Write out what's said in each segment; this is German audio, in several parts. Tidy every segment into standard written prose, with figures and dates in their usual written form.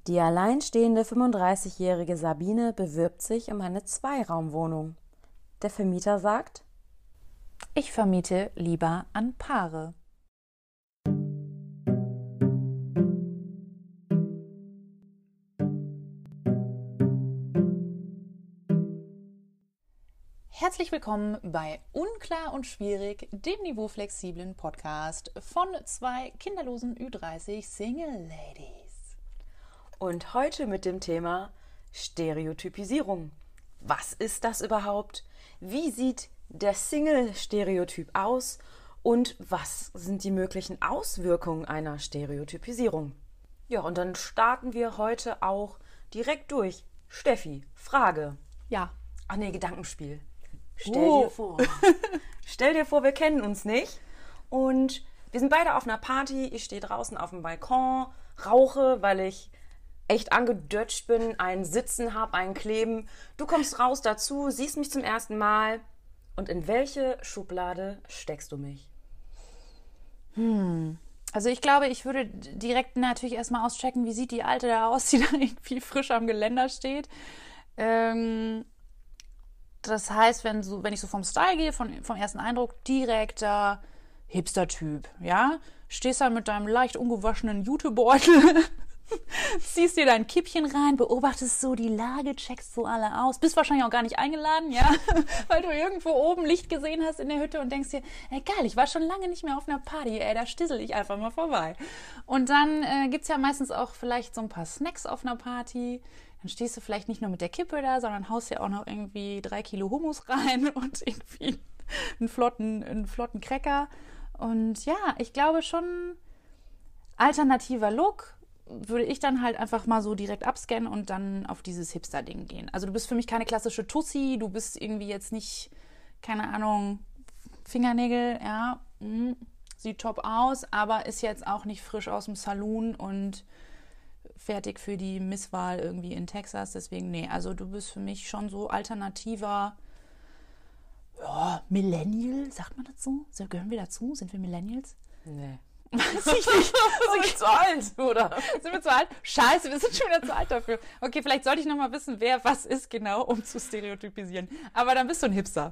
Die alleinstehende 35-jährige Sabine bewirbt sich um eine Zweiraumwohnung. Der Vermieter sagt: Ich vermiete lieber an Paare. Herzlich willkommen bei Unklar und Schwierig, dem niveauflexiblen Podcast von zwei kinderlosen Ü30 Single Ladies. Und heute mit dem Thema Stereotypisierung. Was ist das überhaupt? Wie sieht der Single-Stereotyp aus? Und was sind die möglichen Auswirkungen einer Stereotypisierung? Ja, und dann starten wir heute auch direkt durch. Steffi, Frage. Ja. Ach nee, Gedankenspiel. Stell dir vor, wir kennen uns nicht und wir sind beide auf einer Party. Ich stehe draußen auf dem Balkon, rauche, weil ich echt angedutscht bin, ein Sitzen habe, ein Kleben. Du kommst raus dazu, siehst mich zum ersten Mal. Und in welche Schublade steckst du mich? Also ich glaube, ich würde direkt natürlich erstmal auschecken, wie sieht die Alte da aus, die da irgendwie frisch am Geländer steht. Das heißt, wenn ich so vom Style gehe, vom ersten Eindruck, direkter Hipster-Typ, ja? Stehst da mit deinem leicht ungewaschenen Jutebeutel, ziehst dir dein Kippchen rein, beobachtest so die Lage, checkst so alle aus, bist wahrscheinlich auch gar nicht eingeladen, ja? Weil du irgendwo oben Licht gesehen hast in der Hütte und denkst dir, ey geil, ich war schon lange nicht mehr auf einer Party, ey, da stissel ich einfach mal vorbei. Und dann gibt's ja meistens auch vielleicht so ein paar Snacks auf einer Party. Dann stehst du vielleicht nicht nur mit der Kippe da, sondern haust ja auch noch irgendwie 3 Kilo Hummus rein und irgendwie einen flotten Cracker. Und ja, ich glaube schon, alternativer Look würde ich dann halt einfach mal so direkt abscannen und dann auf dieses Hipster-Ding gehen. Also du bist für mich keine klassische Tussi, du bist irgendwie jetzt nicht, keine Ahnung, Fingernägel, ja, sieht top aus, aber ist jetzt auch nicht frisch aus dem Saloon und fertig für die Misswahl irgendwie in Texas. Deswegen, nee, also du bist für mich schon so alternativer, ja, Millennial, sagt man das so? Gehören wir dazu? Sind wir Millennials? Nee. Weiß ich nicht. Sind wir zu alt, oder? Sind wir zu alt? Scheiße, wir sind schon wieder zu alt dafür. Okay, vielleicht sollte ich noch mal wissen, wer was ist genau, um zu stereotypisieren. Aber dann bist du ein Hipster.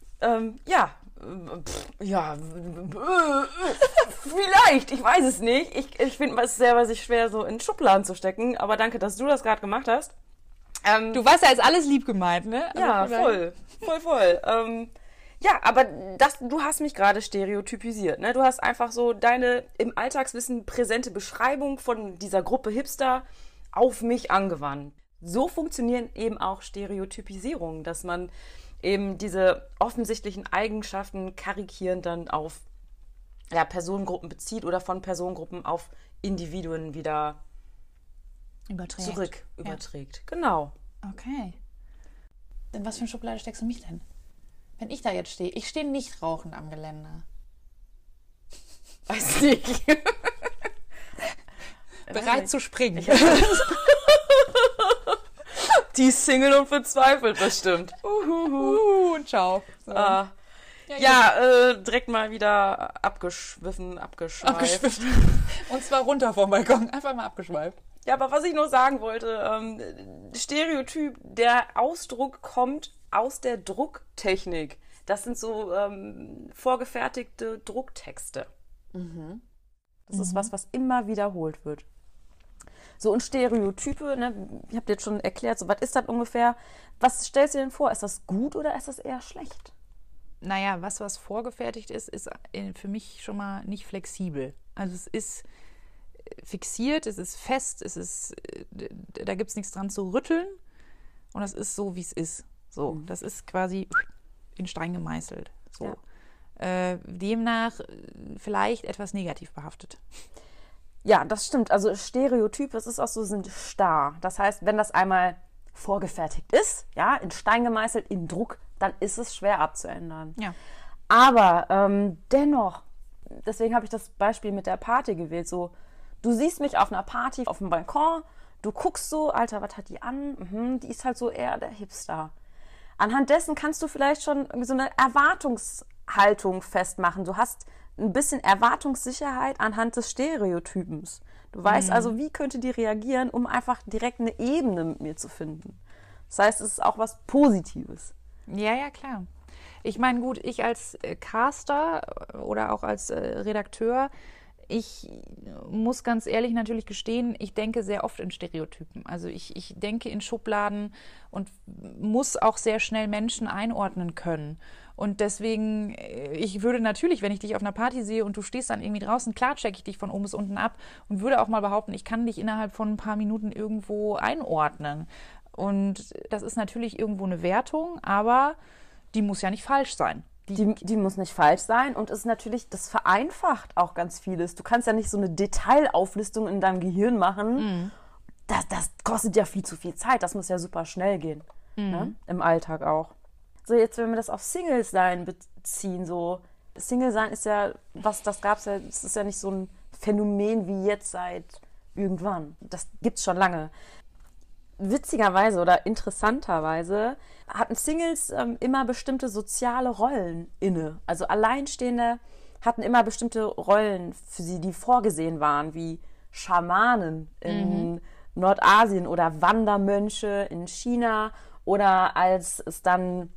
Vielleicht, ich weiß es nicht. Ich finde es selber sich schwer, so in Schubladen zu stecken, aber danke, dass du das gerade gemacht hast. Du weißt ja, ist alles lieb gemeint, ne? Also ja, voll. Aber du hast mich gerade stereotypisiert, ne? Du hast einfach so deine im Alltagswissen präsente Beschreibung von dieser Gruppe Hipster auf mich angewandt. So funktionieren eben auch Stereotypisierungen, dass man eben diese offensichtlichen Eigenschaften karikierend dann auf Personengruppen bezieht oder von Personengruppen auf Individuen wieder überträgt. Genau. Okay. In was für eine Schublade steckst du mich denn? Wenn ich da jetzt stehe. Ich stehe nicht rauchend am Geländer. Weiß nicht. Bereit zu springen. Die ist Single und verzweifelt bestimmt. Und ciao. So. Direkt mal wieder abgeschweift. Und zwar runter vom Balkon. Einfach mal abgeschweift. Ja, aber was ich noch sagen wollte, Stereotyp, der Ausdruck kommt aus der Drucktechnik. Das sind so vorgefertigte Drucktexte. Das ist was immer wiederholt wird. So, und Stereotype, ne, ich habe jetzt schon erklärt, so was ist das ungefähr? Was stellst du dir denn vor? Ist das gut oder ist das eher schlecht? Naja, was vorgefertigt ist für mich schon mal nicht flexibel. Also es ist fixiert, es ist fest, da gibt es nichts dran zu rütteln und es ist so, wie es ist. So, das ist quasi in Stein gemeißelt. So. Ja. Demnach vielleicht etwas negativ behaftet. Ja, das stimmt. Also Stereotyp, das ist auch so, sind starr. Das heißt, wenn das einmal vorgefertigt ist, ja, in Stein gemeißelt, in Druck, dann ist es schwer abzuändern. Ja. Aber dennoch, deswegen habe ich das Beispiel mit der Party gewählt, so, du siehst mich auf einer Party auf dem Balkon, du guckst so, Alter, was hat die an? Die ist halt so eher der Hipster. Anhand dessen kannst du vielleicht schon irgendwie so eine Erwartungshaltung festmachen. Du hast ein bisschen Erwartungssicherheit anhand des Stereotypens. Du weißt also, wie könnte die reagieren, um einfach direkt eine Ebene mit mir zu finden. Das heißt, es ist auch was Positives. Ja, ja, klar. Ich meine, gut, ich als Caster oder auch als Redakteur, ich muss ganz ehrlich natürlich gestehen, ich denke sehr oft in Stereotypen. Also ich denke in Schubladen und muss auch sehr schnell Menschen einordnen können. Und deswegen, ich würde natürlich, wenn ich dich auf einer Party sehe und du stehst dann irgendwie draußen, klar checke ich dich von oben bis unten ab und würde auch mal behaupten, ich kann dich innerhalb von ein paar Minuten irgendwo einordnen. Und das ist natürlich irgendwo eine Wertung, aber die muss ja nicht falsch sein. Die muss nicht falsch sein und ist natürlich, das vereinfacht auch ganz vieles. Du kannst ja nicht so eine Detailauflistung in deinem Gehirn machen. Das kostet ja viel zu viel Zeit. Das muss ja super schnell gehen. Ne? Im Alltag auch. So, jetzt, wenn wir das auf Single-Sein beziehen, so Single-Sein ist ja, das gab's ja, das ist ja nicht so ein Phänomen wie jetzt seit irgendwann. Das gibt's schon lange. Witzigerweise oder interessanterweise hatten Singles immer bestimmte soziale Rollen inne. Also Alleinstehende hatten immer bestimmte Rollen für sie, die vorgesehen waren, wie Schamanen in Nordasien oder Wandermönche in China oder als es dann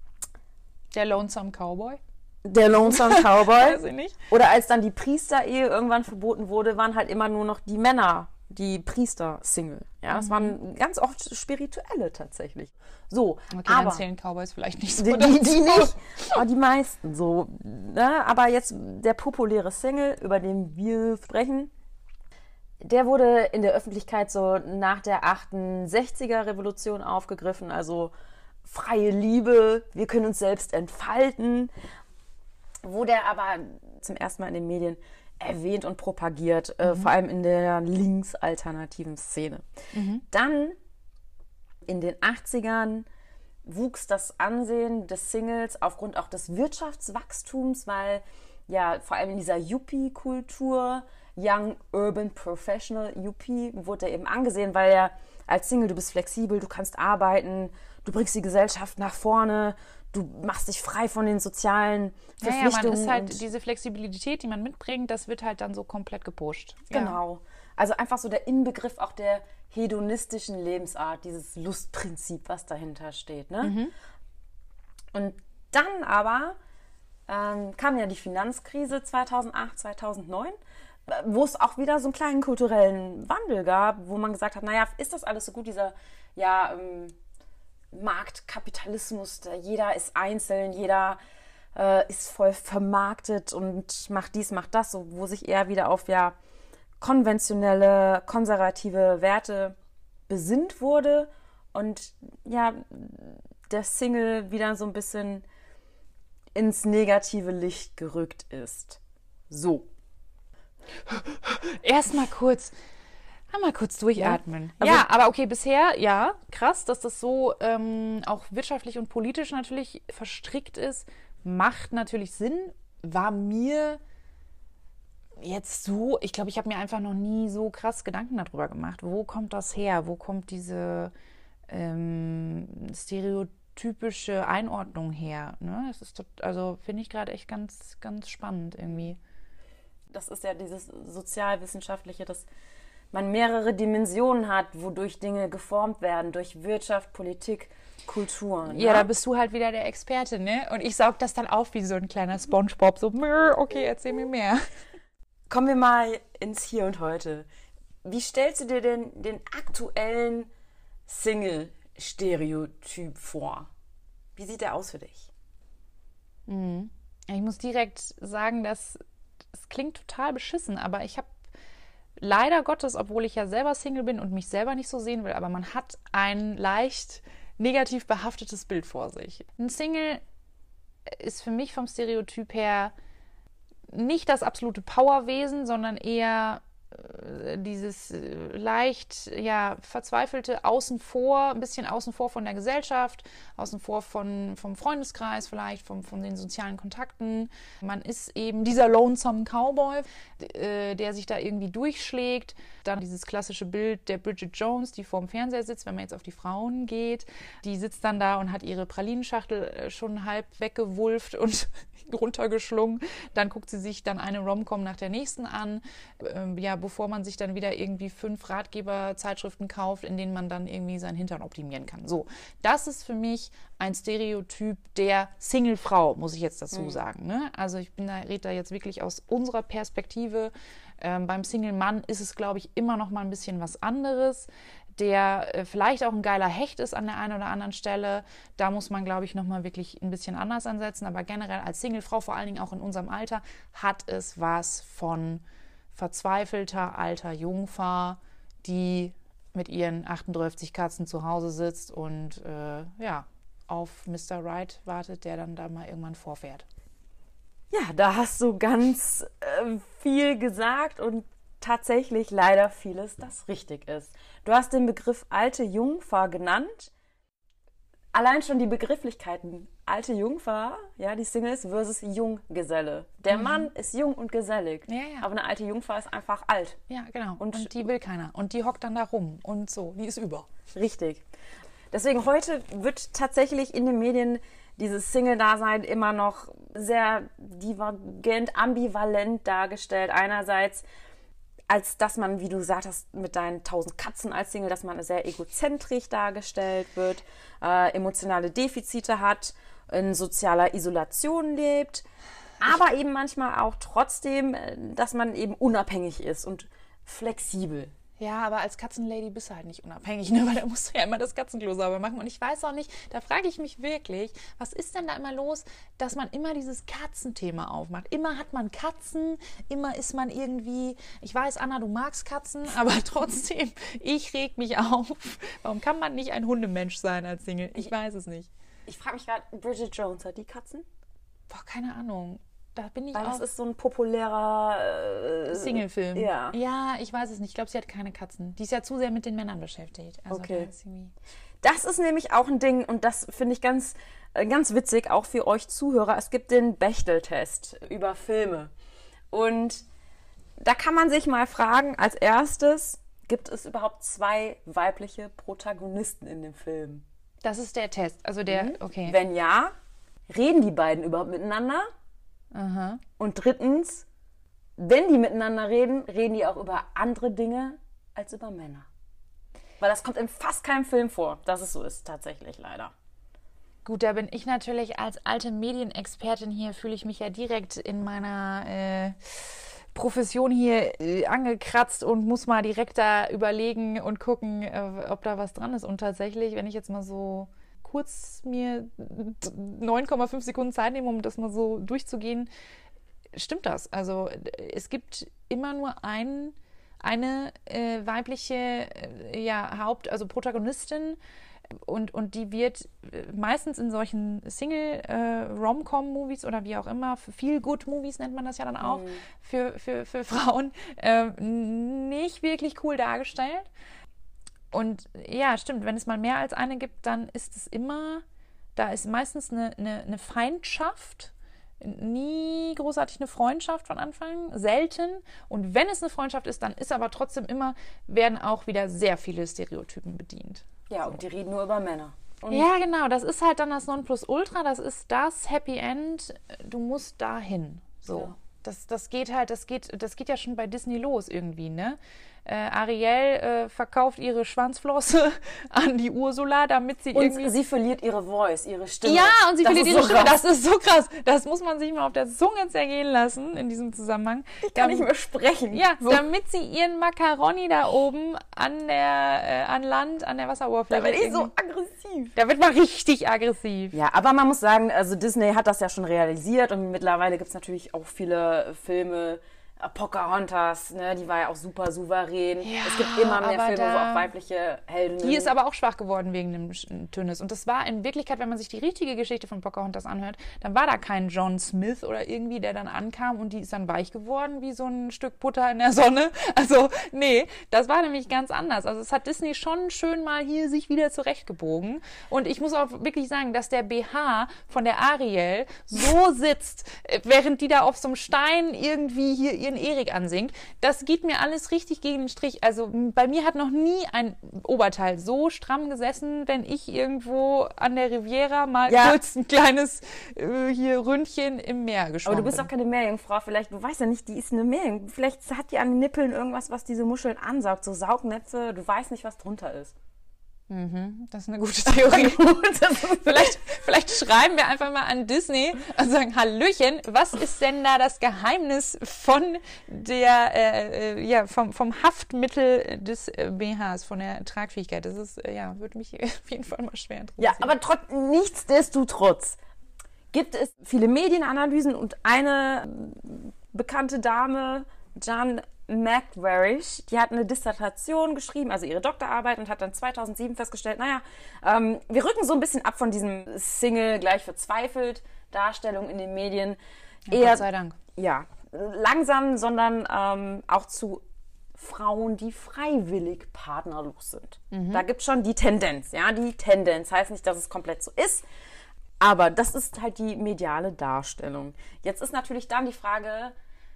Der Lonesome Cowboy? der Lonesome Cowboy Weiß ich nicht. oder als dann die Priesterehe irgendwann verboten wurde, waren halt immer nur noch die Männer, die Priester Single. Ja, das waren ganz oft Spirituelle tatsächlich. So, Okay, aber dann zählen Cowboys vielleicht nicht so. die nicht, aber die meisten so. Ne? Aber jetzt der populäre Single, über den wir sprechen, der wurde in der Öffentlichkeit so nach der 68er Revolution aufgegriffen, also freie Liebe, wir können uns selbst entfalten, wurde aber zum ersten Mal in den Medien erwähnt und propagiert, vor allem in der linksalternativen Szene. Dann in den 80ern wuchs das Ansehen des Singles aufgrund auch des Wirtschaftswachstums, weil ja vor allem in dieser Yuppie-Kultur, Young Urban Professional Yuppie, wurde er eben angesehen, weil er als Single, du bist flexibel, du kannst arbeiten, du bringst die Gesellschaft nach vorne, du machst dich frei von den sozialen Verpflichtungen. Ja, man ist halt diese Flexibilität, die man mitbringt, das wird halt dann so komplett gepusht. Genau. Also einfach so der Inbegriff auch der hedonistischen Lebensart, dieses Lustprinzip, was dahinter steht. Ne? Und dann aber kam ja die Finanzkrise 2008, 2009, wo es auch wieder so einen kleinen kulturellen Wandel gab, wo man gesagt hat, naja, ist das alles so gut, dieser Marktkapitalismus, jeder ist einzeln, jeder ist voll vermarktet und macht dies, macht das, so, wo sich eher wieder auf konventionelle, konservative Werte besinnt wurde und ja, der Single wieder so ein bisschen ins negative Licht gerückt ist. So. Einmal kurz durchatmen. Ja, also, aber okay, bisher, ja, krass, dass das so auch wirtschaftlich und politisch natürlich verstrickt ist, macht natürlich Sinn, war mir jetzt so, ich glaube, ich habe mir einfach noch nie so krass Gedanken darüber gemacht. Wo kommt das her? Wo kommt diese stereotypische Einordnung her? Ne? Das ist also finde ich gerade echt ganz, ganz spannend irgendwie. Das ist ja dieses sozialwissenschaftliche, dass man mehrere Dimensionen hat, wodurch Dinge geformt werden, durch Wirtschaft, Politik, Kultur. Ne? Ja, da bist du halt wieder der Experte, ne? Und ich saug das dann auf wie so ein kleiner Spongebob, so, okay, erzähl mir mehr. Kommen wir mal ins Hier und Heute. Wie stellst du dir denn den aktuellen Single-Stereotyp vor? Wie sieht der aus für dich? Ich muss direkt sagen, dass es klingt total beschissen, aber ich habe leider Gottes, obwohl ich ja selber Single bin und mich selber nicht so sehen will, aber man hat ein leicht negativ behaftetes Bild vor sich. Ein Single ist für mich vom Stereotyp her nicht das absolute Powerwesen, sondern eher dieses leicht verzweifelte außen vor, ein bisschen außen vor von der Gesellschaft, außen vor vom Freundeskreis vielleicht, von den sozialen Kontakten. Man ist eben dieser Lonesome Cowboy, der sich da irgendwie durchschlägt. Dann dieses klassische Bild der Bridget Jones, die vorm Fernseher sitzt, wenn man jetzt auf die Frauen geht. Die sitzt dann da und hat ihre Pralinenschachtel schon halb weggewulft und runtergeschlungen. Dann guckt sie sich dann eine Rom-Com nach der nächsten an. bevor man sich dann wieder irgendwie 5 Ratgeberzeitschriften kauft, in denen man dann irgendwie seinen Hintern optimieren kann. So, das ist für mich ein Stereotyp der Single-Frau, muss ich jetzt dazu sagen. Ne? Also ich rede da jetzt wirklich aus unserer Perspektive. Beim Single-Mann ist es, glaube ich, immer noch mal ein bisschen was anderes, der vielleicht auch ein geiler Hecht ist an der einen oder anderen Stelle. Da muss man, glaube ich, nochmal wirklich ein bisschen anders ansetzen. Aber generell als Singlefrau, vor allen Dingen auch in unserem Alter, hat es was von verzweifelter alter Jungfer, die mit ihren 38 Katzen zu Hause sitzt und auf Mr. Right wartet, der dann da mal irgendwann vorfährt. Ja, da hast du ganz viel gesagt und tatsächlich leider vieles, das richtig ist. Du hast den Begriff alte Jungfer genannt. Allein schon die Begrifflichkeiten. Alte Jungfer, ja, die Singles versus Junggeselle. Der Mann ist jung und gesellig, aber eine alte Jungfer ist einfach alt. Ja, genau. Und die will keiner. Und die hockt dann da rum und so, die ist über. Richtig. Deswegen heute wird tatsächlich in den Medien dieses Single-Dasein immer noch sehr divergent, ambivalent dargestellt. Einerseits als dass man, wie du gesagt hast, mit deinen 1000 Katzen als Single, dass man sehr egozentrisch dargestellt wird, emotionale Defizite hat, in sozialer Isolation lebt, aber eben manchmal auch trotzdem, dass man eben unabhängig ist und flexibel. Ja, aber als Katzenlady bist du halt nicht unabhängig, ne? Weil da musst du ja immer das Katzenklo sauber machen. Und ich weiß auch nicht, da frage ich mich wirklich, was ist denn da immer los, dass man immer dieses Katzenthema aufmacht? Immer hat man Katzen, immer ist man irgendwie, ich weiß, Anna, du magst Katzen, aber trotzdem, ich reg mich auf. Warum kann man nicht ein Hundemensch sein als Single? Ich weiß es nicht. Ich frage mich gerade, Bridget Jones, hat die Katzen? Boah, keine Ahnung. Da bin ich Weil auch. das ist so ein populärer Single-Film. Ja. Ja, ich weiß es nicht. Ich glaube, sie hat keine Katzen. Die ist ja zu sehr mit den Männern beschäftigt. Also okay. Da das ist nämlich auch ein Ding und das finde ich ganz, ganz witzig, auch für euch Zuhörer. Es gibt den Bechdel-Test über Filme. Und da kann man sich mal fragen, als erstes, gibt es überhaupt 2 weibliche Protagonisten in dem Film? Das ist der Test. Also der, okay. Wenn ja, reden die beiden überhaupt miteinander? Aha. Und drittens, wenn die miteinander reden, reden die auch über andere Dinge als über Männer. Weil das kommt in fast keinem Film vor, dass es so ist, tatsächlich leider. Gut, da bin ich natürlich als alte Medienexpertin hier, fühle ich mich ja direkt in meiner Profession hier angekratzt und muss mal direkt da überlegen und gucken, ob da was dran ist. Und tatsächlich, wenn ich jetzt mal so kurz mir 9,5 Sekunden Zeit nehme, um das mal so durchzugehen, stimmt das. Also es gibt immer nur eine weibliche also Protagonistin und die wird meistens in solchen Single-Rom-Com-Movies oder wie auch immer, Feel-Good-Movies nennt man das ja dann auch, für Frauen, nicht wirklich cool dargestellt. Und ja, stimmt, wenn es mal mehr als eine gibt, dann ist es immer, da ist meistens eine Feindschaft, nie großartig eine Freundschaft von Anfang, selten. Und wenn es eine Freundschaft ist, dann ist aber trotzdem immer, werden auch wieder sehr viele Stereotypen bedient. Ja, so. Und die reden nur über Männer. Und ja, genau, das ist halt dann das Nonplusultra, das ist das Happy End, du musst dahin. So. Ja. Das geht ja schon bei Disney los irgendwie, ne? Ariel verkauft ihre Schwanzflosse an die Ursula, damit sie irgendwie... Und sie verliert ihre Voice, ihre Stimme. Ja, und sie verliert ihre Stimme. Das ist so krass. Das muss man sich mal auf der Zunge zergehen lassen in diesem Zusammenhang. Ich kann nicht mehr sprechen. Ja, so. Damit sie ihren Macaroni da oben an Land, an der Wasseroberfläche... Da wird ich so aggressiv. Da wird man richtig aggressiv. Ja, aber man muss sagen, also Disney hat das ja schon realisiert und mittlerweile gibt es natürlich auch viele Filme... Pocahontas, ne, die war ja auch super souverän. Ja, es gibt immer mehr Filme, wo auch weibliche Heldinnen... Die ist aber auch schwach geworden wegen dem Tünnes. Und das war in Wirklichkeit, wenn man sich die richtige Geschichte von Pocahontas anhört, dann war da kein John Smith oder irgendwie, der dann ankam und die ist dann weich geworden wie so ein Stück Butter in der Sonne. Also, nee, das war nämlich ganz anders. Also es hat Disney schon schön mal hier sich wieder zurechtgebogen. Und ich muss auch wirklich sagen, dass der BH von der Ariel so sitzt, während die da auf so einem Stein irgendwie hier ihren Erik ansingt. Das geht mir alles richtig gegen den Strich. Also bei mir hat noch nie ein Oberteil so stramm gesessen, wenn ich irgendwo an der Riviera mal kurz ein kleines hier Ründchen im Meer geschwommen Aber du bist bin. doch keine Meerjungfrau, vielleicht, du weißt ja nicht, die ist eine Meerjungfrau. Vielleicht hat die an den Nippeln irgendwas, was diese Muscheln ansaugt, so Saugnäpfe, du weißt nicht, was drunter ist. Das ist eine gute Theorie. Vielleicht schreiben wir einfach mal an Disney und sagen, Hallöchen, was ist denn da das Geheimnis von der, vom Haftmittel des BHs, von der Tragfähigkeit? Das ist, würde mich auf jeden Fall mal schwer interessieren. Ja, aber nichtsdestotrotz gibt es viele Medienanalysen und eine bekannte Dame, Jan McVarish, die hat eine Dissertation geschrieben, also ihre Doktorarbeit, und hat dann 2007 festgestellt, wir rücken so ein bisschen ab von diesem Single gleich verzweifelt Darstellung in den Medien. Ja, Gott sei Dank. Ja, langsam, sondern auch zu Frauen, die freiwillig partnerlos sind. Da gibt es schon die Tendenz, die Tendenz. Heißt nicht, dass es komplett so ist, aber das ist halt die mediale Darstellung. Jetzt ist natürlich dann die Frage,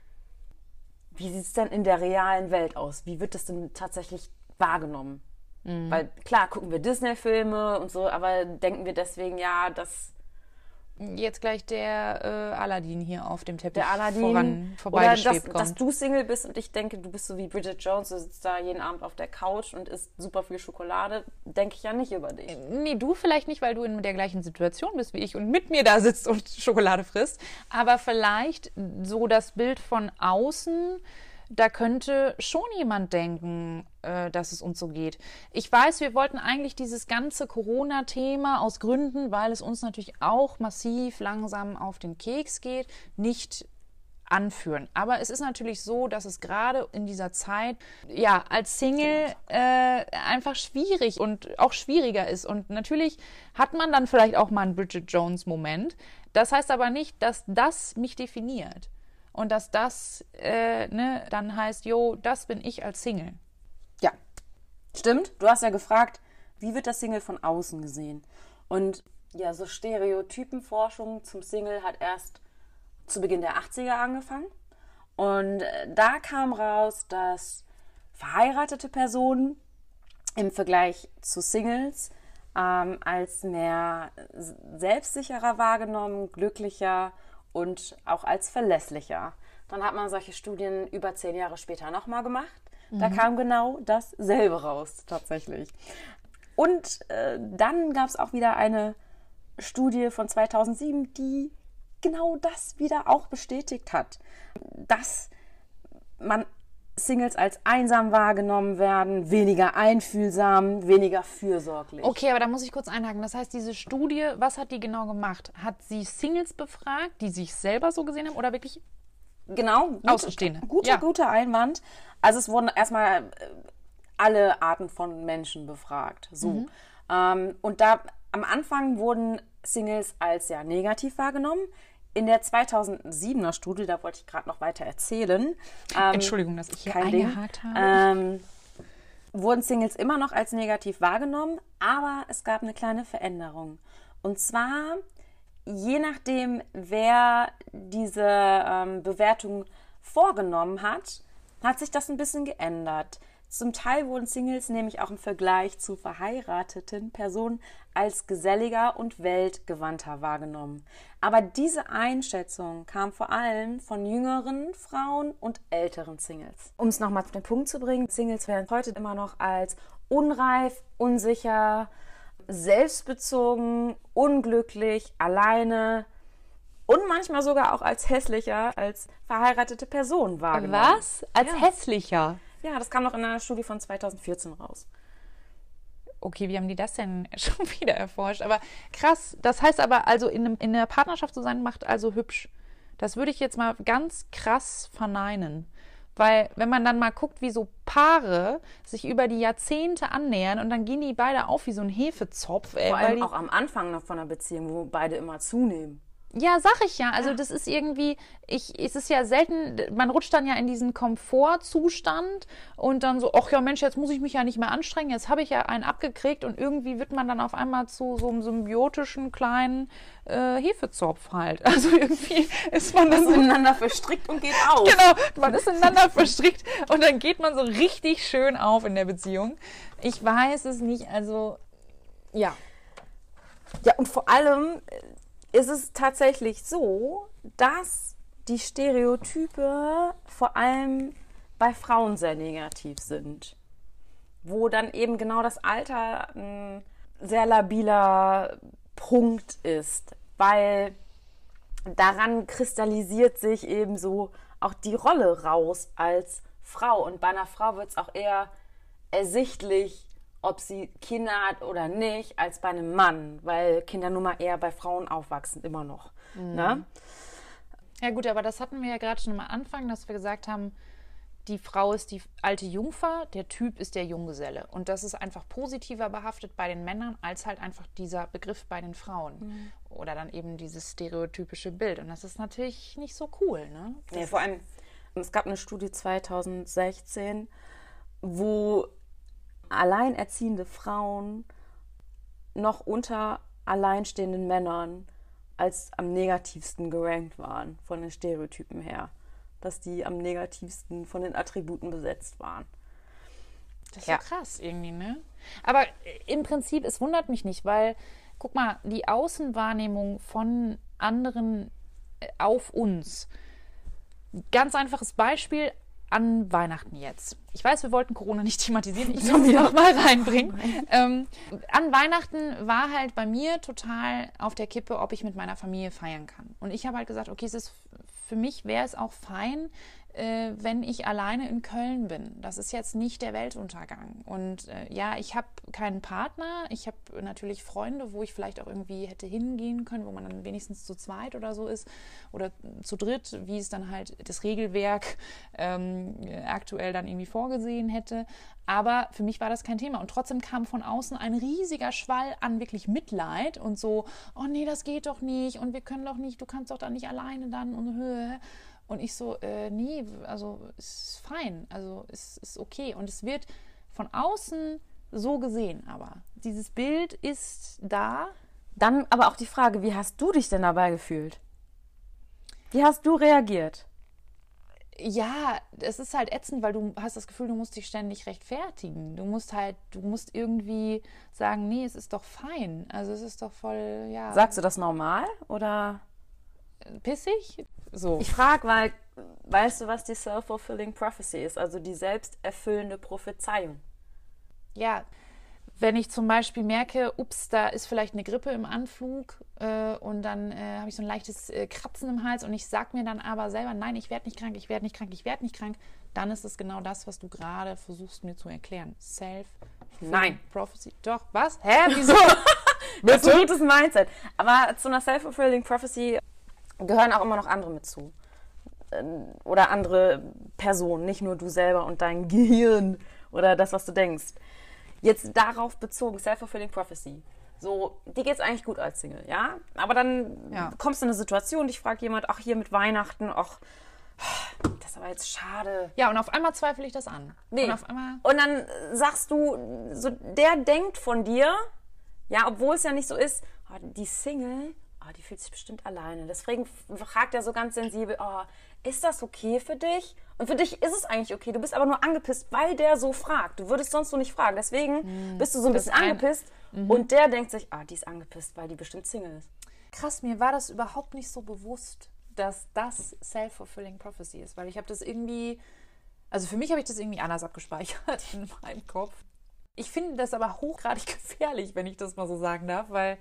wie sieht es denn in der realen Welt aus? Wie wird das denn tatsächlich wahrgenommen? Weil klar, gucken wir Disney-Filme und so, aber denken wir deswegen, dass jetzt gleich der Aladdin hier auf dem Teppich vorbeigeschwebt kommt. Dass du Single bist und ich denke, du bist so wie Bridget Jones, du sitzt da jeden Abend auf der Couch und isst super viel Schokolade, denke ich ja nicht über dich. Nee, du vielleicht nicht, weil du in der gleichen Situation bist wie ich und mit mir da sitzt und Schokolade frisst, aber vielleicht so das Bild von außen, da könnte schon jemand denken, dass es uns so geht. Ich weiß, wir wollten eigentlich dieses ganze Corona-Thema aus Gründen, weil es uns natürlich auch massiv langsam auf den Keks geht, nicht anführen. Aber es ist natürlich so, dass es gerade in dieser Zeit als Single einfach schwierig und auch schwieriger ist. Und natürlich hat man dann vielleicht auch mal einen Bridget Jones-Moment. Das heißt aber nicht, dass das mich definiert. Und dass das dann heißt, das bin ich als Single. Ja, stimmt. Du hast ja gefragt, wie wird das Single von außen gesehen? Und so Stereotypenforschung zum Single hat erst zu Beginn der 80er angefangen. Und da kam raus, dass verheiratete Personen im Vergleich zu Singles als mehr selbstsicherer wahrgenommen, glücklicher und auch als verlässlicher. Dann hat man solche Studien über 10 Jahre später nochmal gemacht. Da kam genau dasselbe raus, tatsächlich. Und dann gab es auch wieder eine Studie von 2007, die genau das wieder auch bestätigt hat. Dass man Singles als einsam wahrgenommen werden, weniger einfühlsam, weniger fürsorglich. Okay, aber da muss ich kurz einhaken. Das heißt, diese Studie, was hat die genau gemacht? Hat sie Singles befragt, die sich selber so gesehen haben oder wirklich genau, Außenstehende? Guter Einwand. Also es wurden erstmal alle Arten von Menschen befragt. So. Und da am Anfang wurden Singles als negativ wahrgenommen. In der 2007er Studie, da wollte ich gerade noch weiter erzählen. Entschuldigung, dass ich hier eingehakt habe. Wurden Singles immer noch als negativ wahrgenommen, aber es gab eine kleine Veränderung. Und zwar, je nachdem, wer diese Bewertung vorgenommen hat, hat sich das ein bisschen geändert. Zum Teil wurden Singles nämlich auch im Vergleich zu verheirateten Personen als geselliger und weltgewandter wahrgenommen. Aber diese Einschätzung kam vor allem von jüngeren Frauen und älteren Singles. Um es nochmal auf den Punkt zu bringen, Singles werden heute immer noch als unreif, unsicher, selbstbezogen, unglücklich, alleine und manchmal sogar auch als hässlicher, als verheiratete Person wahrgenommen. Was? Als hässlicher? Ja, das kam noch in einer Studie von 2014 raus. Okay, wie haben die das denn schon wieder erforscht? Aber krass, das heißt aber, also in der Partnerschaft zu sein, macht also hübsch. Das würde ich jetzt mal ganz krass verneinen. Weil, wenn man dann mal guckt, wie so Paare sich über die Jahrzehnte annähern und dann gehen die beide auf wie so ein Hefezopf. Vor allem auch am Anfang noch von einer Beziehung, wo beide immer zunehmen. Ja, sag ich ja. Also das ist irgendwie, es ist ja selten, man rutscht dann ja in diesen Komfortzustand und dann so, ach ja Mensch, jetzt muss ich mich ja nicht mehr anstrengen, jetzt habe ich ja einen abgekriegt und irgendwie wird man dann auf einmal zu so einem symbiotischen kleinen Hefezopf halt. Also irgendwie ist man dann so ineinander verstrickt und geht auf. Genau, man ist ineinander verstrickt und dann geht man so richtig schön auf in der Beziehung. Ich weiß es nicht, also ja. Ja, und vor allem ist es tatsächlich so, dass die Stereotype vor allem bei Frauen sehr negativ sind. Wo dann eben genau das Alter ein sehr labiler Punkt ist. Weil daran kristallisiert sich eben so auch die Rolle raus als Frau. Und bei einer Frau wird es auch eher ersichtlich, ob sie Kinder hat oder nicht, als bei einem Mann, weil Kinder nun mal eher bei Frauen aufwachsen, immer noch. Ne? Ja gut, aber das hatten wir ja gerade schon am Anfang, dass wir gesagt haben, die Frau ist die alte Jungfer, der Typ ist der Junggeselle. Und das ist einfach positiver behaftet bei den Männern, als halt einfach dieser Begriff bei den Frauen. Oder dann eben dieses stereotypische Bild. Und das ist natürlich nicht so cool, ne? Nee, vor allem, es gab eine Studie 2016, wo alleinerziehende Frauen noch unter alleinstehenden Männern als am negativsten gerankt waren von den Stereotypen her. Dass die am negativsten von den Attributen besetzt waren. Das ist ja krass irgendwie, ne? Aber im Prinzip, es wundert mich nicht, weil, guck mal, die Außenwahrnehmung von anderen auf uns. Ganz einfaches Beispiel an Weihnachten jetzt. Ich weiß, wir wollten Corona nicht thematisieren, ich will es noch mal reinbringen. An Weihnachten war halt bei mir total auf der Kippe, ob ich mit meiner Familie feiern kann. Und ich habe halt gesagt, okay, für mich wäre es auch fein, wenn ich alleine in Köln bin. Das ist jetzt nicht der Weltuntergang. Und ja, ich habe keinen Partner. Ich habe natürlich Freunde, wo ich vielleicht auch irgendwie hätte hingehen können, wo man dann wenigstens zu zweit oder so ist oder zu dritt, wie es dann halt das Regelwerk aktuell dann irgendwie vorgesehen hätte. Aber für mich war das kein Thema. Und trotzdem kam von außen ein riesiger Schwall an wirklich Mitleid und so, oh nee, das geht doch nicht und wir können doch nicht, du kannst doch da nicht alleine dann und ich so, nee, also ist fein, also ist okay. Und es wird von außen so gesehen, aber dieses Bild ist da. Dann aber auch die Frage, wie hast du dich denn dabei gefühlt? Wie hast du reagiert? Ja, es ist halt ätzend, weil du hast das Gefühl, du musst dich ständig rechtfertigen. Du musst irgendwie sagen, nee, es ist doch fein. Also es ist doch voll, ja. Sagst du das normal oder pissig? So. Ich frage, weil, weißt du, was die Self-Fulfilling Prophecy ist? Also die selbsterfüllende Prophezeiung. Ja, wenn ich zum Beispiel merke, ups, da ist vielleicht eine Grippe im Anflug und dann habe ich so ein leichtes Kratzen im Hals und ich sage mir dann aber selber, nein, ich werde nicht krank, ich werde nicht krank, ich werde nicht krank, dann ist es genau das, was du gerade versuchst mir zu erklären. Self-Fulfilling Prophecy. Doch, was? Hä? Wieso? Das ist ein gutes Mindset. Aber zu einer Self-Fulfilling Prophecy gehören auch immer noch andere mit zu. Oder andere Personen, nicht nur du selber und dein Gehirn oder das, was du denkst. Jetzt darauf bezogen, Self-Fulfilling Prophecy. So, dir geht's eigentlich gut als Single, ja? Aber dann kommst du in eine Situation, dich fragt jemand, ach, hier mit Weihnachten, ach, das ist aber jetzt schade. Ja, und auf einmal zweifle ich das an. Nee. Und dann sagst du, so, der denkt von dir, ja, obwohl es ja nicht so ist, oh, die Single, oh, die fühlt sich bestimmt alleine. Deswegen fragt er so ganz sensibel, oh, ist das okay für dich? Und für dich ist es eigentlich okay. Du bist aber nur angepisst, weil der so fragt. Du würdest sonst so nicht fragen. Deswegen bist du so ein bisschen angepisst. Und der denkt sich, die ist angepisst, weil die bestimmt Single ist. Krass, mir war das überhaupt nicht so bewusst, dass das Self-Fulfilling Prophecy ist. Weil ich habe das irgendwie, also für mich habe ich das irgendwie anders abgespeichert in meinem Kopf. Ich finde das aber hochgradig gefährlich, wenn ich das mal so sagen darf, weil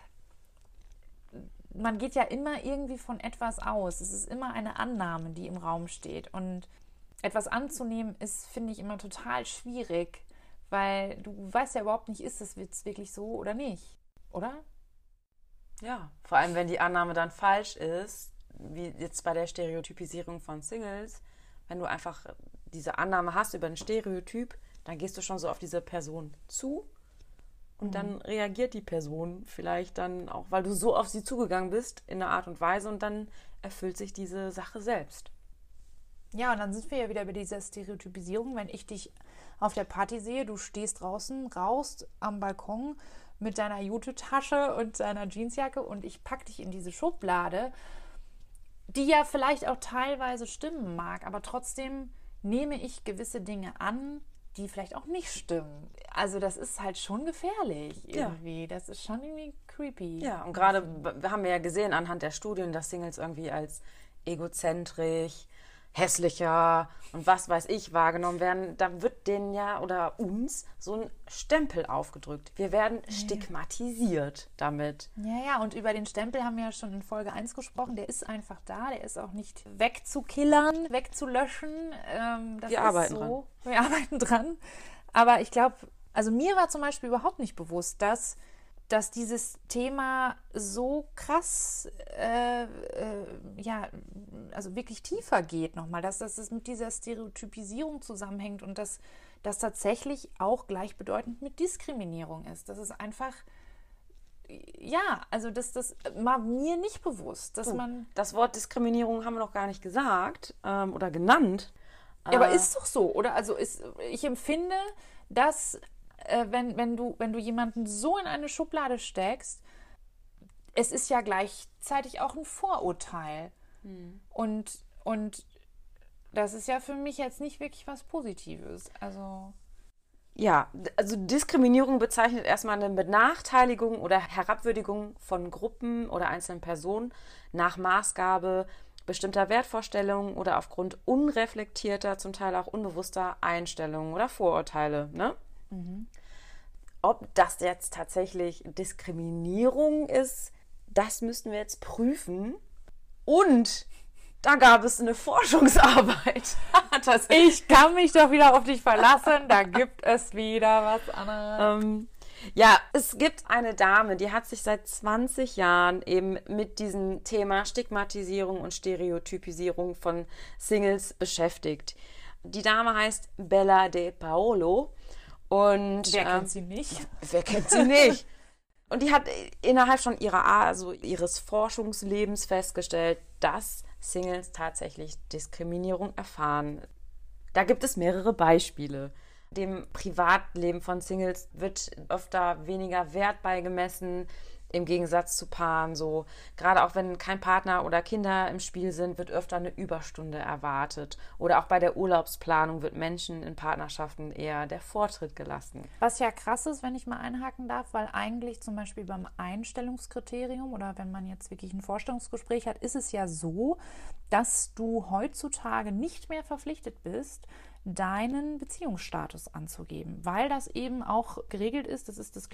man geht ja immer irgendwie von etwas aus. Es ist immer eine Annahme, die im Raum steht. Und etwas anzunehmen ist, finde ich, immer total schwierig, weil du weißt ja überhaupt nicht, ist es jetzt wirklich so oder nicht, oder? Ja, vor allem, wenn die Annahme dann falsch ist, wie jetzt bei der Stereotypisierung von Singles, wenn du einfach diese Annahme hast über ein Stereotyp, dann gehst du schon so auf diese Person zu Und dann reagiert die Person vielleicht dann auch, weil du so auf sie zugegangen bist, in einer Art und Weise und dann erfüllt sich diese Sache selbst. Ja, und dann sind wir ja wieder bei dieser Stereotypisierung. Wenn ich dich auf der Party sehe, du stehst draußen, rauchst am Balkon mit deiner Jute-Tasche und deiner Jeansjacke und ich pack dich in diese Schublade, die ja vielleicht auch teilweise stimmen mag, aber trotzdem nehme ich gewisse Dinge an, die vielleicht auch nicht stimmen. Also das ist halt schon gefährlich irgendwie. Ja. Das ist schon irgendwie creepy. Ja, und gerade haben wir ja gesehen anhand der Studien, dass Singles irgendwie als egozentrisch, hässlicher und was weiß ich wahrgenommen werden. Da wird denen ja oder uns so ein Stempel aufgedrückt. Wir werden stigmatisiert damit. Ja, und über den Stempel haben wir ja schon in Folge 1 gesprochen. Der ist einfach da, der ist auch nicht wegzukillern, wegzulöschen. Wir arbeiten dran. Wir arbeiten dran. Aber ich glaube, also mir war zum Beispiel überhaupt nicht bewusst, dass dieses Thema so krass, also wirklich tiefer geht nochmal, dass das mit dieser Stereotypisierung zusammenhängt und dass das tatsächlich auch gleichbedeutend mit Diskriminierung ist. Das ist einfach, also das war mir nicht bewusst, dass man... Das Wort Diskriminierung haben wir noch gar nicht gesagt oder genannt. Ja, aber ist doch so, oder? Also ich empfinde, dass wenn du jemanden so in eine Schublade steckst, es ist ja gleichzeitig auch ein Vorurteil. Und das ist ja für mich jetzt nicht wirklich was Positives. Also Diskriminierung bezeichnet erstmal eine Benachteiligung oder Herabwürdigung von Gruppen oder einzelnen Personen nach Maßgabe bestimmter Wertvorstellungen oder aufgrund unreflektierter, zum Teil auch unbewusster Einstellungen oder Vorurteile, ne? Ob das jetzt tatsächlich Diskriminierung ist, das müssten wir jetzt prüfen. Und da gab es eine Forschungsarbeit. Ich kann mich doch wieder auf dich verlassen, da gibt es wieder was anderes. Es gibt eine Dame, die hat sich seit 20 Jahren eben mit diesem Thema Stigmatisierung und Stereotypisierung von Singles beschäftigt. Die Dame heißt Bella De Paolo. Und, wer kennt sie nicht? Wer kennt sie nicht? Und die hat innerhalb schon ihres Forschungslebens festgestellt, dass Singles tatsächlich Diskriminierung erfahren. Da gibt es mehrere Beispiele. Dem Privatleben von Singles wird öfter weniger Wert beigemessen, im Gegensatz zu Paaren so. Gerade auch wenn kein Partner oder Kinder im Spiel sind, wird öfter eine Überstunde erwartet. Oder auch bei der Urlaubsplanung wird Menschen in Partnerschaften eher der Vortritt gelassen. Was ja krass ist, wenn ich mal einhaken darf, weil eigentlich zum Beispiel beim Einstellungskriterium oder wenn man jetzt wirklich ein Vorstellungsgespräch hat, ist es ja so, dass du heutzutage nicht mehr verpflichtet bist, deinen Beziehungsstatus anzugeben, weil das eben auch geregelt ist, das ist das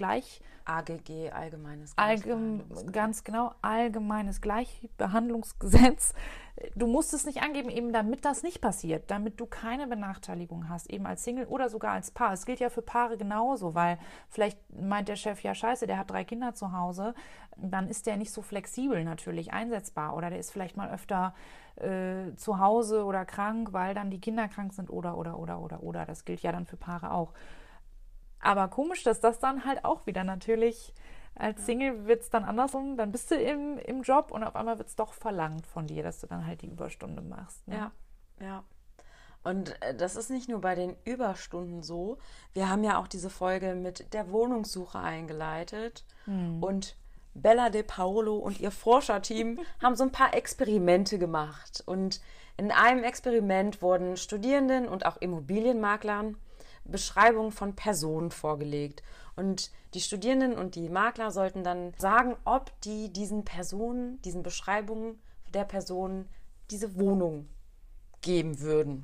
AGG, Allgemeines ganz genau, Allgemeines Gleichbehandlungsgesetz. Du musst es nicht angeben, eben damit das nicht passiert, damit du keine Benachteiligung hast, eben als Single oder sogar als Paar. Es gilt ja für Paare genauso, weil vielleicht meint der Chef, ja scheiße, der hat 3 Kinder zu Hause, dann ist der nicht so flexibel natürlich einsetzbar oder der ist vielleicht mal öfter zu Hause oder krank, weil dann die Kinder krank sind oder. Das gilt ja dann für Paare auch. Aber komisch, dass das dann halt auch wieder natürlich, als Single wird es dann andersrum, dann bist du im Job und auf einmal wird es doch verlangt von dir, dass du dann halt die Überstunde machst. Ne? Ja. Und das ist nicht nur bei den Überstunden so. Wir haben ja auch diese Folge mit der Wohnungssuche eingeleitet und Bella De Paolo und ihr Forscherteam haben so ein paar Experimente gemacht. Und in einem Experiment wurden Studierenden und auch Immobilienmaklern Beschreibungen von Personen vorgelegt. Und die Studierenden und die Makler sollten dann sagen, ob die diesen Beschreibungen der Personen diese Wohnung geben würden.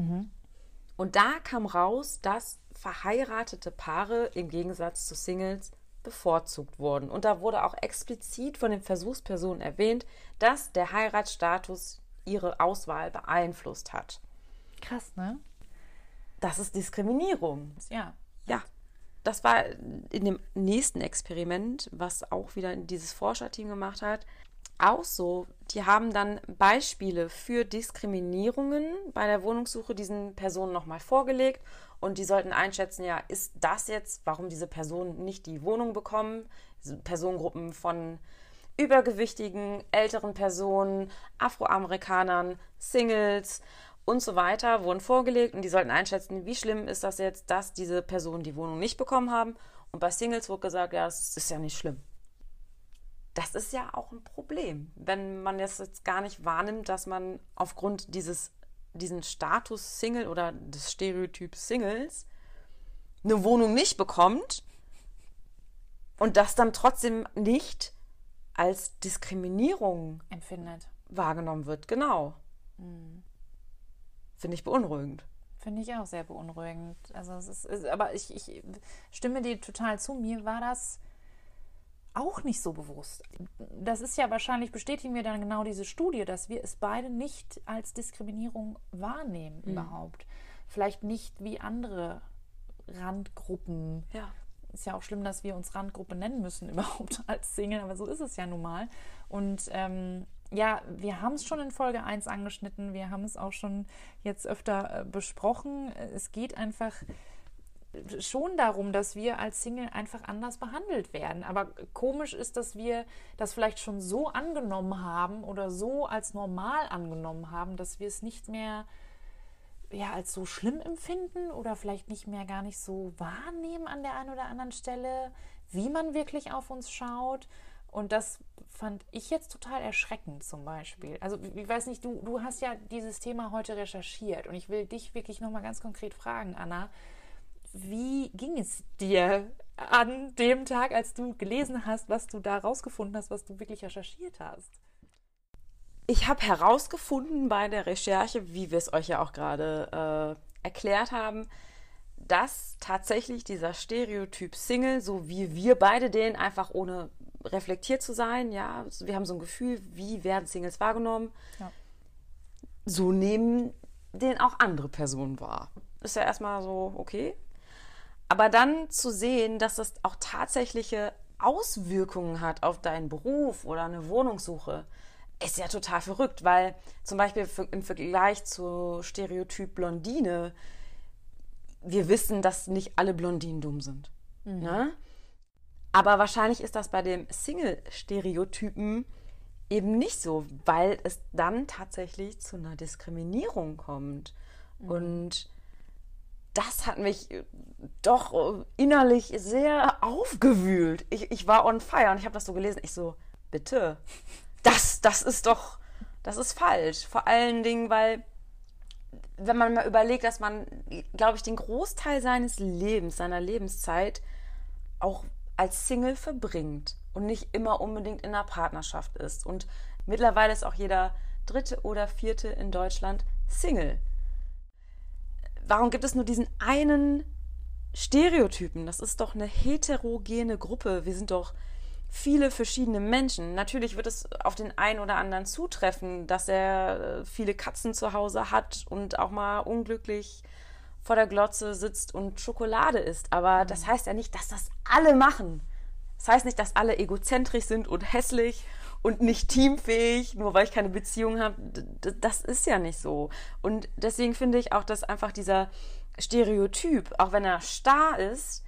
Und da kam raus, dass verheiratete Paare im Gegensatz zu Singles bevorzugt wurden. Und da wurde auch explizit von den Versuchspersonen erwähnt, dass der Heiratsstatus ihre Auswahl beeinflusst hat. Krass, ne? Das ist Diskriminierung. Ja. Ja. Das war in dem nächsten Experiment, was auch wieder dieses Forscherteam gemacht hat, auch so. Die haben dann Beispiele für Diskriminierungen bei der Wohnungssuche diesen Personen nochmal vorgelegt und die sollten einschätzen, ja, ist das jetzt, warum diese Personen nicht die Wohnung bekommen? Personengruppen von übergewichtigen, älteren Personen, Afroamerikanern, Singles und so weiter wurden vorgelegt und die sollten einschätzen, wie schlimm ist das jetzt, dass diese Personen die Wohnung nicht bekommen haben. Und bei Singles wurde gesagt, ja, das ist ja nicht schlimm. Das ist ja auch ein Problem, wenn man das jetzt gar nicht wahrnimmt, dass man aufgrund diesen Status Single oder des Stereotyps Singles eine Wohnung nicht bekommt und das dann trotzdem nicht als Diskriminierung empfindet. Wahrgenommen wird. Genau. Finde ich beunruhigend. Finde ich auch sehr beunruhigend. Also aber ich stimme dir total zu. Mir war das auch nicht so bewusst. Das ist ja wahrscheinlich, bestätigen wir dann genau diese Studie, dass wir es beide nicht als Diskriminierung wahrnehmen überhaupt. Vielleicht nicht wie andere Randgruppen. Ja. Ist ja auch schlimm, dass wir uns Randgruppe nennen müssen überhaupt als Single, aber so ist es ja nun mal. Und ja, wir haben es schon in Folge 1 angeschnitten, wir haben es auch schon jetzt öfter besprochen. Es geht einfach schon darum, dass wir als Single einfach anders behandelt werden. Aber komisch ist, dass wir das vielleicht schon so angenommen haben oder so als normal angenommen haben, dass wir es nicht mehr als so schlimm empfinden oder vielleicht nicht mehr gar nicht so wahrnehmen an der einen oder anderen Stelle, wie man wirklich auf uns schaut. Und das fand ich jetzt total erschreckend zum Beispiel. Also ich weiß nicht, du hast ja dieses Thema heute recherchiert und ich will dich wirklich nochmal ganz konkret fragen, Anna, wie ging es dir an dem Tag, als du gelesen hast, was du da rausgefunden hast, was du wirklich recherchiert hast? Ich habe herausgefunden bei der Recherche, wie wir es euch ja auch gerade erklärt haben, dass tatsächlich dieser Stereotyp Single, so wie wir beide den, einfach ohne reflektiert zu sein, ja, wir haben so ein Gefühl, wie werden Singles wahrgenommen, so nehmen den auch andere Personen wahr. Ist ja erstmal so, okay. Aber dann zu sehen, dass das auch tatsächliche Auswirkungen hat auf deinen Beruf oder eine Wohnungssuche, ist ja total verrückt, weil zum Beispiel im Vergleich zu Stereotyp Blondine, wir wissen, dass nicht alle Blondinen dumm sind. Ne? Aber wahrscheinlich ist das bei dem Single-Stereotypen eben nicht so, weil es dann tatsächlich zu einer Diskriminierung kommt. Und das hat mich doch innerlich sehr aufgewühlt. Ich war on fire und ich habe das so gelesen. Ich so, bitte, das ist falsch. Vor allen Dingen, weil, wenn man mal überlegt, dass man, glaube ich, den Großteil seines Lebens, seiner Lebenszeit auch als Single verbringt und nicht immer unbedingt in einer Partnerschaft ist. Und mittlerweile ist auch jeder 3. oder 4. in Deutschland Single. Warum gibt es nur diesen einen Stereotypen? Das ist doch eine heterogene Gruppe. Wir sind doch viele verschiedene Menschen. Natürlich wird es auf den einen oder anderen zutreffen, dass er viele Katzen zu Hause hat und auch mal unglücklich vor der Glotze sitzt und Schokolade isst. Aber das heißt ja nicht, dass das alle machen. Das heißt nicht, dass alle egozentrisch sind und hässlich und nicht teamfähig, nur weil ich keine Beziehung habe. Das ist ja nicht so. Und deswegen finde ich auch, dass einfach dieser Stereotyp, auch wenn er starr ist,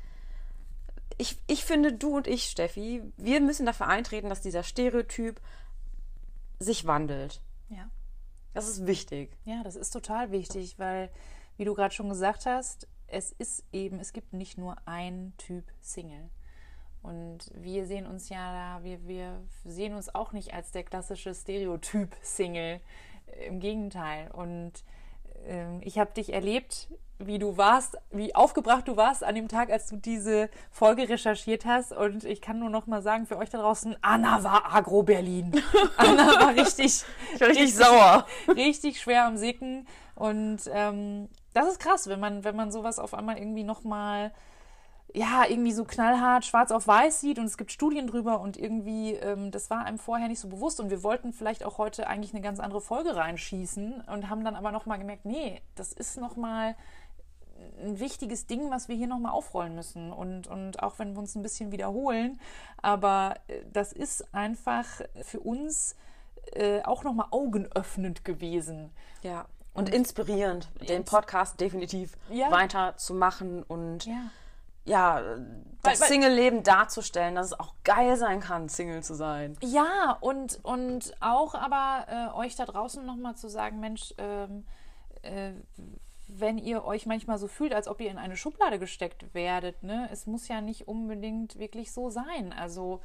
ich finde, du und ich, Steffi, wir müssen dafür eintreten, dass dieser Stereotyp sich wandelt. Ja. Das ist wichtig. Ja, das ist total wichtig, weil, wie du gerade schon gesagt hast, es gibt nicht nur einen Typ Single. Und wir sehen uns ja da, wir sehen uns auch nicht als der klassische Stereotyp Single. Im Gegenteil. Und ich habe dich erlebt, wie du warst, wie aufgebracht du warst an dem Tag, als du diese Folge recherchiert hast. Und ich kann nur noch mal sagen, für euch da draußen, Anna war Agro-Berlin. Anna war richtig sauer. Richtig schwer am Sicken. Und das ist krass, wenn man sowas auf einmal irgendwie noch mal irgendwie so knallhart schwarz auf weiß sieht und es gibt Studien drüber und irgendwie, das war einem vorher nicht so bewusst und wir wollten vielleicht auch heute eigentlich eine ganz andere Folge reinschießen und haben dann aber nochmal gemerkt, nee, das ist nochmal ein wichtiges Ding, was wir hier nochmal aufrollen müssen und auch wenn wir uns ein bisschen wiederholen, aber das ist einfach für uns auch nochmal augenöffnend gewesen. Ja. Und inspirierend, den Podcast definitiv weiterzumachen und das Single-Leben darzustellen, dass es auch geil sein kann, Single zu sein. Ja, und auch aber euch da draußen nochmal zu sagen, Mensch, wenn ihr euch manchmal so fühlt, als ob ihr in eine Schublade gesteckt werdet, ne? Es muss ja nicht unbedingt wirklich so sein. Also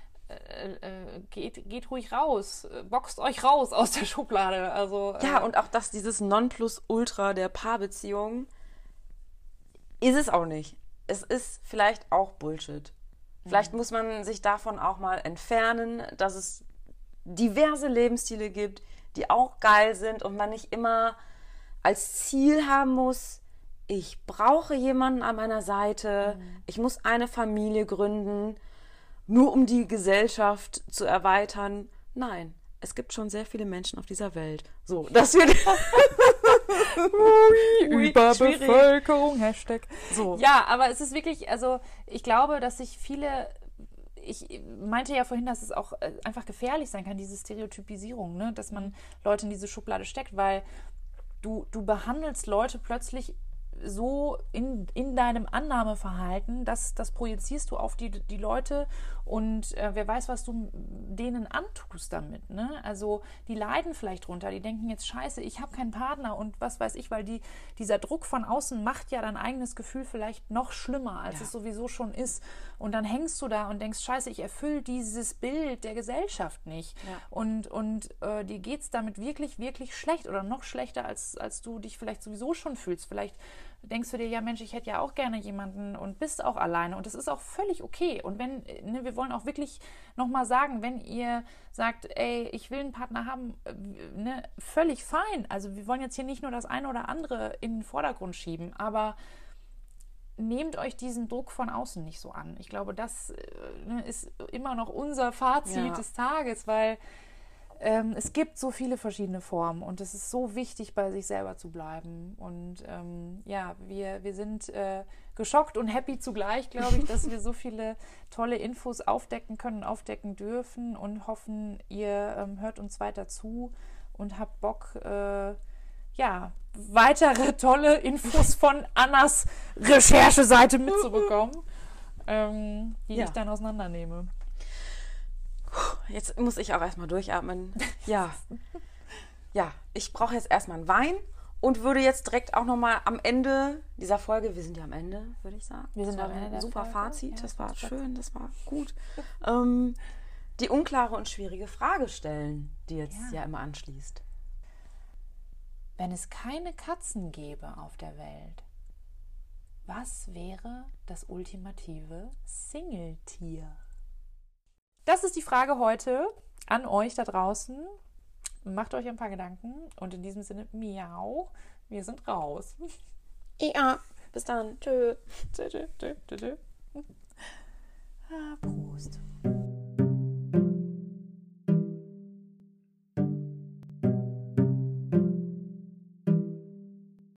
geht ruhig raus, boxt euch raus aus der Schublade. Also, und auch dieses Nonplusultra der Paarbeziehung ist es auch nicht. Es ist vielleicht auch Bullshit. Vielleicht muss man sich davon auch mal entfernen, dass es diverse Lebensstile gibt, die auch geil sind und man nicht immer als Ziel haben muss, ich brauche jemanden an meiner Seite, ich muss eine Familie gründen, nur um die Gesellschaft zu erweitern. Nein, es gibt schon sehr viele Menschen auf dieser Welt. So, das wird Überbevölkerung, Hashtag. So. Ja, aber es ist wirklich, also ich glaube, dass sich viele, ich meinte ja vorhin, dass es auch einfach gefährlich sein kann, diese Stereotypisierung, ne? Dass man Leute in diese Schublade steckt, weil du behandelst Leute plötzlich so in deinem Annahmeverhalten, das projizierst du auf die Leute und wer weiß, was du denen antust damit. Ne? Also die leiden vielleicht drunter, die denken jetzt, scheiße, ich habe keinen Partner und was weiß ich, weil dieser Druck von außen macht ja dein eigenes Gefühl vielleicht noch schlimmer, als es sowieso schon ist. Und dann hängst du da und denkst, scheiße, ich erfülle dieses Bild der Gesellschaft nicht. Ja. Und dir geht es damit wirklich, wirklich schlecht oder noch schlechter, als du dich vielleicht sowieso schon fühlst. Vielleicht denkst du dir, ja Mensch, ich hätte ja auch gerne jemanden und bist auch alleine und das ist auch völlig okay. Und wenn, ne, wir wollen auch wirklich nochmal sagen, wenn ihr sagt, ey, ich will einen Partner haben, ne, völlig fein. Also wir wollen jetzt hier nicht nur das eine oder andere in den Vordergrund schieben, aber nehmt euch diesen Druck von außen nicht so an. Ich glaube, das ist immer noch unser Fazit des Tages, weil es gibt so viele verschiedene Formen und es ist so wichtig, bei sich selber zu bleiben. Und wir sind geschockt und happy zugleich, glaube ich, dass wir so viele tolle Infos aufdecken können, aufdecken dürfen und hoffen, ihr hört uns weiter zu und habt Bock, weitere tolle Infos von Annas Rechercheseite mitzubekommen, die ich dann auseinandernehme. Jetzt muss ich auch erstmal durchatmen. Ja, ich brauche jetzt erstmal einen Wein und würde jetzt direkt auch nochmal am Ende dieser Folge, wir sind ja am Ende, würde ich sagen. Wir sind am Ende ein der super Folge. Fazit, Ja, das war super. schön, das war gut. Die unklare und schwierige Frage stellen, die jetzt ja immer anschließt. Wenn es keine Katzen gäbe auf der Welt, was wäre das ultimative Singletier? Das ist die Frage heute an euch da draußen. Macht euch ein paar Gedanken und in diesem Sinne, miau, wir sind raus. Ja, bis dann. Tschö. Prost.